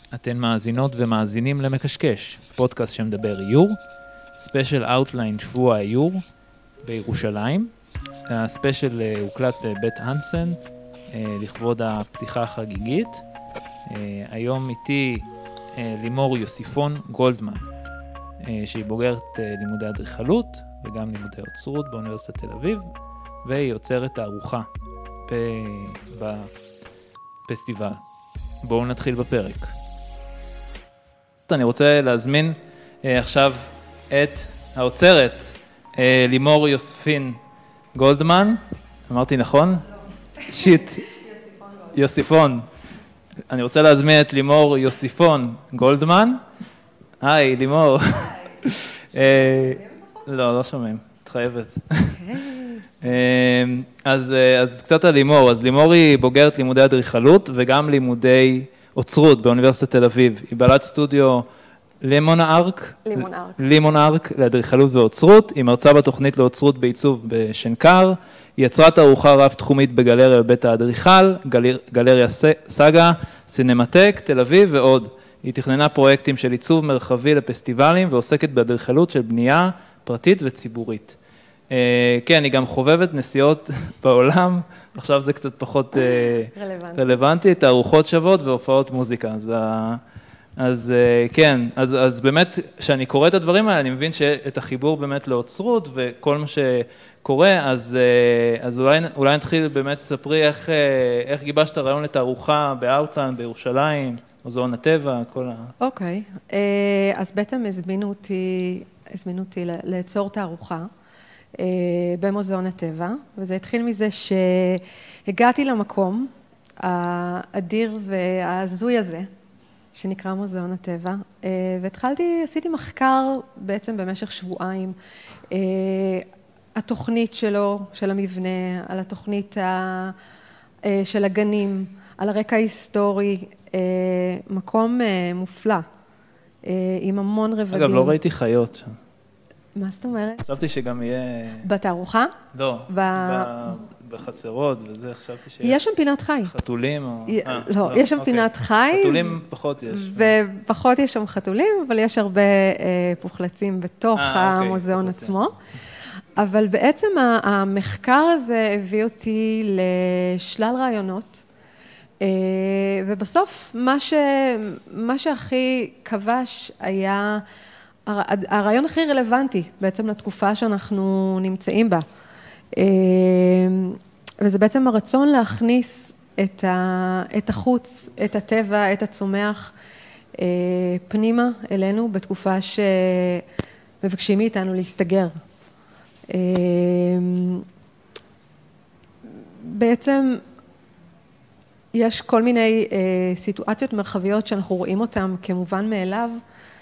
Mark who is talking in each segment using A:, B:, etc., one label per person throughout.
A: אתן מאזינות ומאזינים למקשקש, פודקאסט שמדבר איור, ספיישל אאוטליין שבוע האיור בירושלים. הספיישל הוקלט בבית הנסן לכבוד הפתיחה החגיגית. היום איתי לימור יוסיפון גולדמן, שהיא בוגרת לימודי אדריכלות וגם לימודי אוצרות באוניברסיטת תל אביב, והיא יוצרת תערוכה בפסטיבל. בואו נתחיל בפרק. אני רוצה להזמין עכשיו את האוצרת לימור יוסיפין גולדמן. אמרתי נכון? שיט. יוסיפון. אני רוצה להזמין את לימור יוסיפון גולדמן. היי, לימור. לא שומעים. את חייבת. אז קצת על לימור. אז לימור היא בוגרת לימודי אדריכלות וגם לימודי אוצרות באוניברסיטת תל אביב. היא בעלת סטודיו לימון ארק לאדריכלות ואוצרות. היא מרצה בתוכנית לאוצרות בעיצוב בשנקר. היא יצרה תערוכה רב-תחומית בגלריה בית האדריכל, גלריה סגה, סינמטק, תל אביב ועוד. היא תכננה פרויקטים של עיצוב מרחבי לפסטיבלים ועוסקת באדריכלות של בנייה פרטית וציבורית. כן, היא גם חובבת נסיעות בעולם, עכשיו זה קצת פחות רלוונטי, תערוכות שוות והופעות מוזיקה. אז כן, אז באמת, כשאני קורא את הדברים האלה, אני מבין שאת החיבור באמת לאוצרות וכל מה שקורה, אז אולי נתחיל באמת, ספרי איך גיבשת הרעיון לתערוכה באוטלנד, בירושלים, מוזיאון הטבע, כל
B: אוקיי, אז בעצם הזמינו אותי ליצור תערוכה במוזיאון הטבע, וזה התחיל מזה שהגעתי למקום האדיר והזוי הזה, שנקרא מוזיאון הטבע, עשיתי מחקר בעצם במשך שבועיים, התוכנית שלו, של המבנה, על התוכנית של הגנים, על הרקע ההיסטורי, מקום מופלא, עם המון רבדים.
A: אגב, לא ראיתי חיות שם.
B: מה זאת אומרת?
A: חשבתי שגם יהיה...
B: בתערוכה?
A: לא, בחצרות וזה, חשבתי שיש...
B: יש שם פינת חי.
A: חתולים או...
B: לא, יש שם פינת חי.
A: חתולים פחות יש.
B: ופחות יש שם חתולים, אבל יש הרבה פוחלצים בתוך המוזיאון עצמו. אבל בעצם המחקר הזה הביא אותי לשלל רעיונות, ובסוף מה שהכי כבש היה הרעיון הכי רלוונטי בעצם לתקופה שאנחנו נמצאים בה. וזה בעצם הרצון להכניס את החוץ, את הטבע, את הצומח פנימה אלינו בתקופה שמבקשים מאיתנו להסתגר. בעצם יש כל מיני סיטואציות מרחביות שאנחנו רואים אותן כמובן מאליו,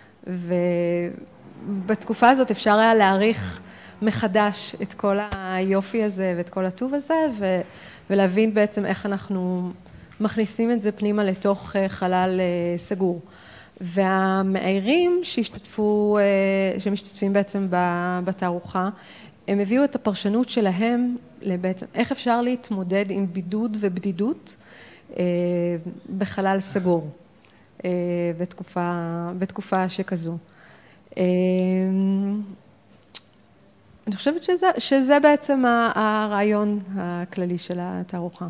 B: ובתקופה הזאת אפשר היה להעריך מחדש את כל היופי הזה ואת כל הטוב הזה, ולהבין בעצם איך אנחנו מכניסים את זה פנימה לתוך חלל סגור. והמאיירים שמשתתפים בעצם בתערוכה, הם הביאו את הפרשנות שלהם לבעצם איך אפשר להתמודד עם בידוד ובדידות בחלל סגור. בתקופה שכזו. אני חושבת שזה בעצם הרעיון הכללי של התערוכה.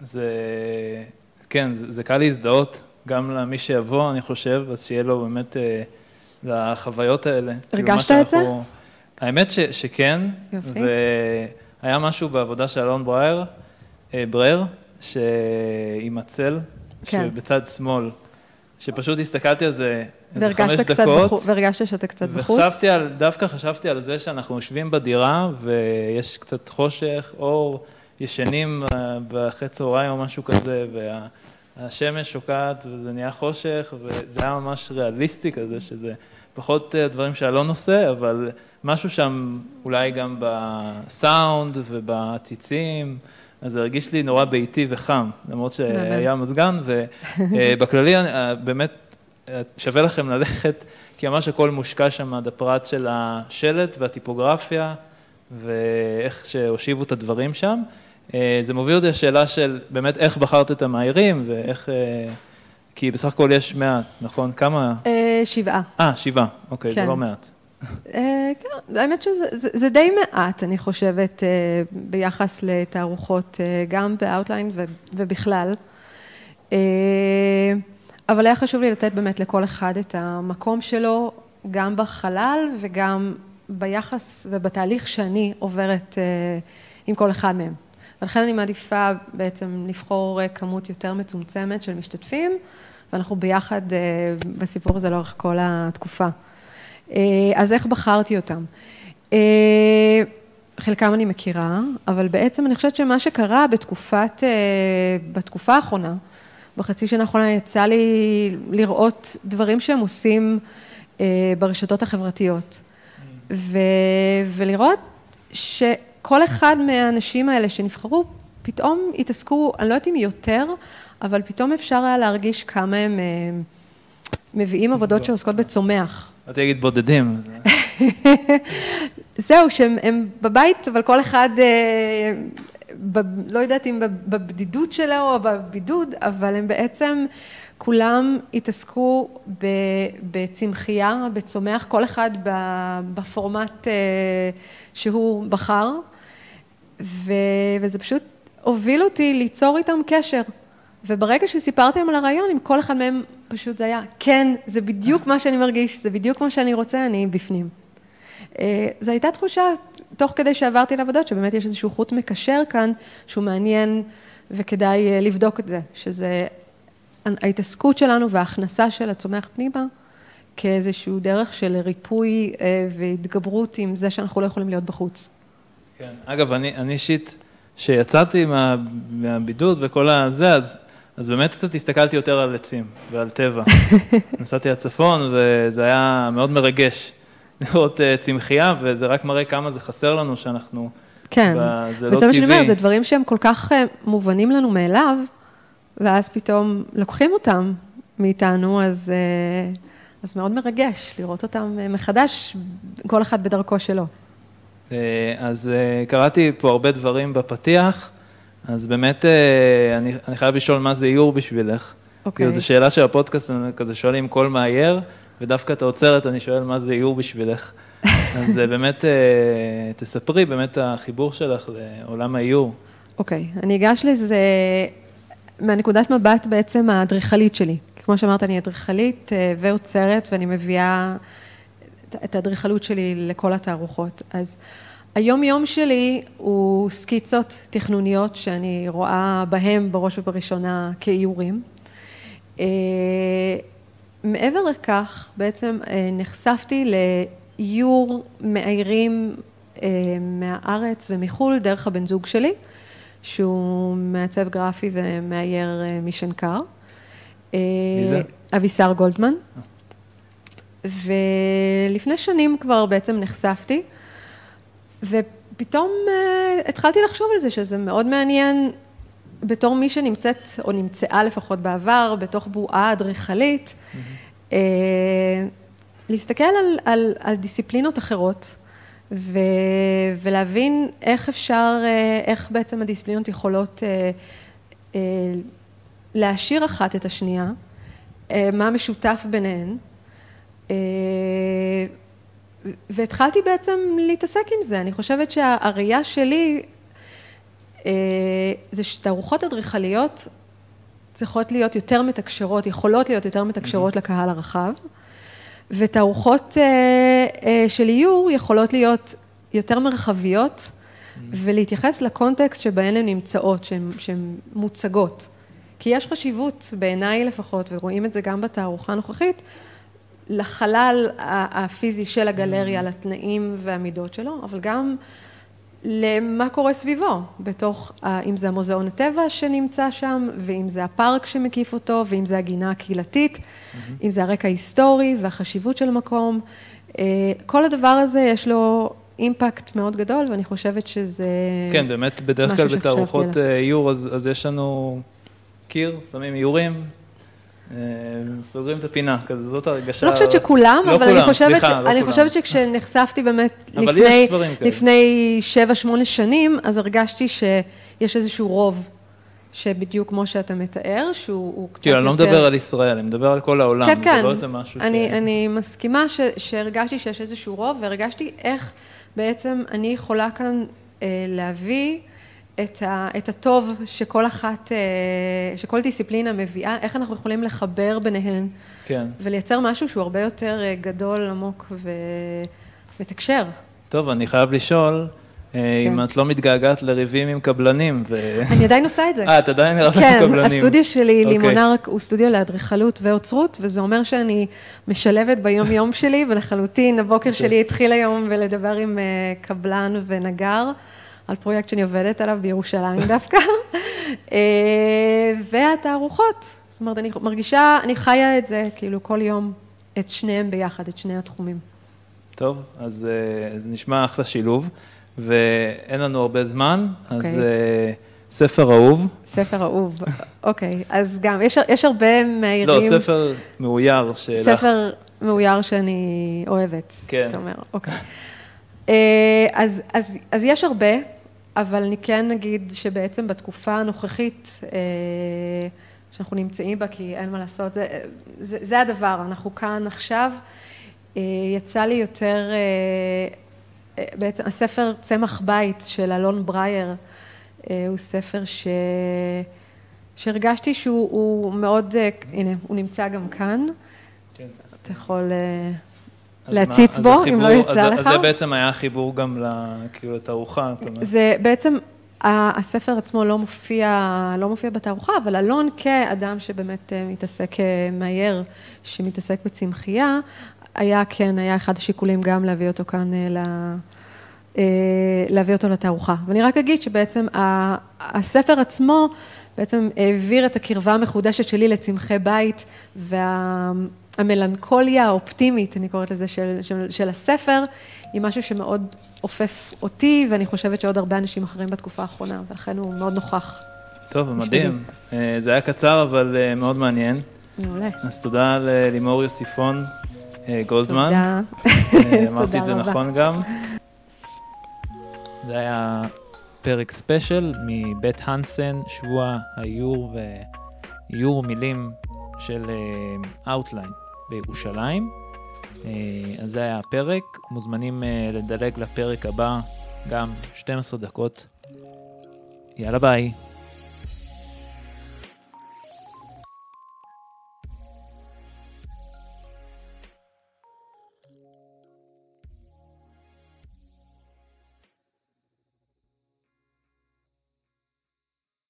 A: כן, זה קל להזדהות גם למי שיבוא, אני חושב, אז שיהיה לו באמת לחוויות האלה.
B: הרגשת את זה?
A: האמת שכן, והיה משהו בעבודה של אלון ברר, שעם הצל, שבצד שמאל, שפשוט הסתכלתי על זה 5 דקות.
B: והרגשת שאתה קצת בחוץ?
A: דווקא חשבתי על זה שאנחנו יושבים בדירה, ויש קצת חושך, אור, ישנים באחרי צהריים או משהו כזה, והשמש שוקעת וזה נהיה חושך, וזה היה ממש ריאליסטי כזה, שזה פחות דברים שאלון עושה, אבל משהו שם אולי גם בסאונד ובציצים, אז זה הרגיש לי נורא ביתי וחם, למרות שהיה מזגן, ובכללי באמת שווה לכם ללכת, כי ממש הכל מושקע שם עד הפרט של השלט והטיפוגרפיה, ואיך שהושיבו את הדברים שם. זה מוביל אותי לשאלה של באמת איך בחרת את המאיירים, ואיך כי בסך הכל יש מעט, נכון? כמה?
B: 7.
A: 7, אוקיי, זה לא מעט.
B: כן, האמת שזה די מעט, אני חושבת, ביחס לתערוכות, גם באוטליין ובכלל. אבל היה חשוב לי לתת באמת לכל אחד את המקום שלו, גם בחלל וגם ביחס ובתהליך שאני עוברת עם כל אחד מהם. ולכן אני מעדיפה בעצם לבחור כמות יותר מצומצמת של משתתפים, ואנחנו ביחד בסיפור הזה לאורך כל התקופה. אז איך בחרתי אותם? חלקם אני מכירה, אבל בעצם אני חושבת שמה שקרה בתקופה האחרונה, בחצי שנה האחרונה יצא לי לראות דברים שהם עושים ברשתות החברתיות. ולראות שכל אחד מהאנשים האלה שנבחרו, פתאום התעסקו, אני לא יודעת אם יותר, אבל פתאום אפשר היה להרגיש כמה הם מביאים עבודות שעוסקות בצומח.
A: אתה תגיד בודדים.
B: זהו, שהם בבית, אבל כל אחד, לא יודעת אם בבדידות שלו או בבידוד, אבל הם בעצם כולם התעסקו בצמחייה, בצומח, כל אחד בפורמט שהוא בחר, וזה פשוט הוביל אותי ליצור איתם קשר. וברגע שסיפרתי להם על הרעיון, עם כל אחד מהם פשוט זה היה, כן, זה בדיוק מה שאני מרגיש, זה בדיוק מה שאני רוצה, אני בפנים. זו הייתה תחושה, תוך כדי שעברתי לעבודות, שבאמת יש איזשהו חוט מקשר כאן, שהוא מעניין וכדאי לבדוק את זה, שזה ההתעסקות שלנו וההכנסה של הצומח פנימה, כאיזשהו דרך של ריפוי והתגברות עם זה שאנחנו לא יכולים להיות בחוץ.
A: כן, אגב, אני אישית, שיצאתי מהבידוד וכל הזה, אז באמת קצת הסתכלתי יותר על עצים ועל טבע. נסעתי לצפון וזה היה מאוד מרגש לראות צמחייה, וזה רק מראה כמה זה חסר לנו שאנחנו...
B: כן, וזה מה שאני אומרת, זה דברים שהם כל כך מובנים לנו מאליו, ואז פתאום לוקחים אותם מאיתנו, אז מאוד מרגש לראות אותם מחדש, כל אחד בדרכו שלו.
A: אז קראתי פה הרבה דברים בפתיח, אז באמת אני חייב לשאול מה זה איור בשבילך. כי זו שאלה של הפודקאסט, כזה שואלים כל מאייר, ודווקא את העוצרת אני שואל מה זה איור בשבילך. אז באמת תספרי באמת החיבור שלך לעולם האיור.
B: אוקיי, אני אגש לזה מהנקודת מבט בעצם האדריכלית שלי. כמו שאמרת, אני אדריכלית ועוצרת, ואני מביאה את האדריכלות שלי לכל התערוכות. אז היום שלי הוא סקיצות תכנוניות שאני רואה בהם בראש ובראשונה כאיורים. מעבר לכך, בעצם נחשפתי לאיור מאיירים מהארץ ומחול דרך הבן זוג שלי, שהוא מעצב גרפי ומאייר משנקר.
A: מי זה?
B: אבישר גולדמן. ולפני שנים כבר בעצם נחשפתי, ופתאום התחלתי לחשוב על זה, שזה מאוד מעניין בתור מי שנמצאת, או נמצאה לפחות בעבר, בתוך בועה אדריכלית, להסתכל על דיסציפלינות אחרות, ולהבין איך אפשר, איך בעצם הדיסציפלינות יכולות להשאיר אחת את השנייה, מה משותף ביניהן, והתחלתי בעצם להתעסק עם זה. אני חושבת שהראייה שלי זה שתערוכות אדריכליות צריכות להיות יותר מתקשרות, יכולות להיות יותר מתקשרות לקהל הרחב, ותערוכות של איור יכולות להיות יותר מרחביות, ולהתייחס לקונטקסט שבהן הן נמצאות, שהן מוצגות. כי יש חשיבות בעיניי לפחות, ורואים את זה גם בתערוכה הנוכחית, לחלל הפיזי של הגלריה, לתנאים והמידות שלו, אבל גם למה קורה סביבו, בתוך, אם זה המוזיאון הטבע שנמצא שם, ואם זה הפארק שמקיף אותו, ואם זה הגינה הקהילתית, אם זה הרקע ההיסטורי והחשיבות של המקום. כל הדבר הזה יש לו אימפקט מאוד גדול, ואני חושבת שזה...
A: כן, באמת, בדרך כלל בתערוכות איור, אז יש לנו קיר, שמים איורים, סוגרים את הפינה, כזה, זאת הרגשה...
B: לא חושבת שכולם, אבל אני חושבת שכשנחשפתי באמת לפני 7-8 שנים, אז הרגשתי שיש איזשהו רוב שבדיוק כמו שאתה מתאר, שהוא קצת
A: כאילו,
B: יותר...
A: אני לא מדבר על ישראל, אני מדבר על כל העולם.
B: כן, כן.
A: זה לא איזה משהו
B: אני מסכימה שהרגשתי שיש איזשהו רוב, והרגשתי איך בעצם אני יכולה כאן להביא את הטוב שכל אחת, שכל דיסציפלינה מביאה, איך אנחנו יכולים לחבר ביניהן,
A: כן.
B: ולייצר משהו שהוא הרבה יותר גדול, עמוק ומתקשר.
A: טוב, אני חייב לשאול, אם את לא מתגעגעת לריבים עם קבלנים.
B: אני עדיין עושה את זה.
A: את עדיין רבה עם
B: כן,
A: קבלנים.
B: הסטודיו שלי, לימונארק, הוא סטודיו לאדריכלות ואוצרות, וזה אומר שאני משלבת ביום יום שלי, ולחלוטין הבוקר שלי התחיל היום ולדבר עם קבלן ונגר, על פרויקט שאני עובדת עליו בירושלים דווקא, והתערוכות. זאת אומרת, אני מרגישה, אני חיה את זה, כאילו כל יום, את שניהם ביחד, את שני התחומים.
A: טוב, אז נשמע אחלה שילוב, ואין לנו הרבה זמן, אז ספר אהוב.
B: ספר אהוב, אוקיי. אז גם, יש הרבה מהירים...
A: לא, ספר מאויר שלך.
B: ספר מאויר שאני אוהבת,
A: כן.
B: אתה אומר, אוקיי. אז יש הרבה, אבל אני כן נגיד שבעצם בתקופה הנוכחית, שאנחנו נמצאים בה, כי אין מה לעשות, זה הדבר, אנחנו כאן עכשיו, יצא לי יותר, בעצם הספר צמח בית של אלון ברייר, הוא ספר שהרגשתי שהוא מאוד, הנה, הוא נמצא גם כאן, אתה יכול להציץ בו, אם לא יצא לך.
A: אז זה בעצם היה חיבור גם לתערוכה, אתה אומר.
B: זה בעצם, הספר עצמו לא מופיע בתערוכה, אבל אלון כאדם שבאמת מתעסק מאייר, שמתעסק בצמחייה, היה אחד השיקולים גם להביא אותו כאן, להביא אותו לתערוכה. ואני רק אגיד שבעצם הספר עצמו בעצם העביר את הקרבה המחודשת שלי לצמחי בית, והמלנכוליה האופטימית, אני קוראת לזה, של הספר, היא משהו שמאוד אופף אותי, ואני חושבת שעוד הרבה אנשים אחרים בתקופה האחרונה, ולכן הוא מאוד נוכח.
A: טוב, מדהים. זה היה קצר, אבל מאוד מעניין.
B: מעולה.
A: אז תודה ללימור יוסיפון גולדמן.
B: תודה.
A: אמרתי את זה נכון גם. זה היה פרק ספיישל מבית הנסן, שבוע האיור ואיור מילים של Outline בירושלים. אז זה היה הפרק, מוזמנים לדלג לפרק הבא, גם 12 דקות. יאללה ביי.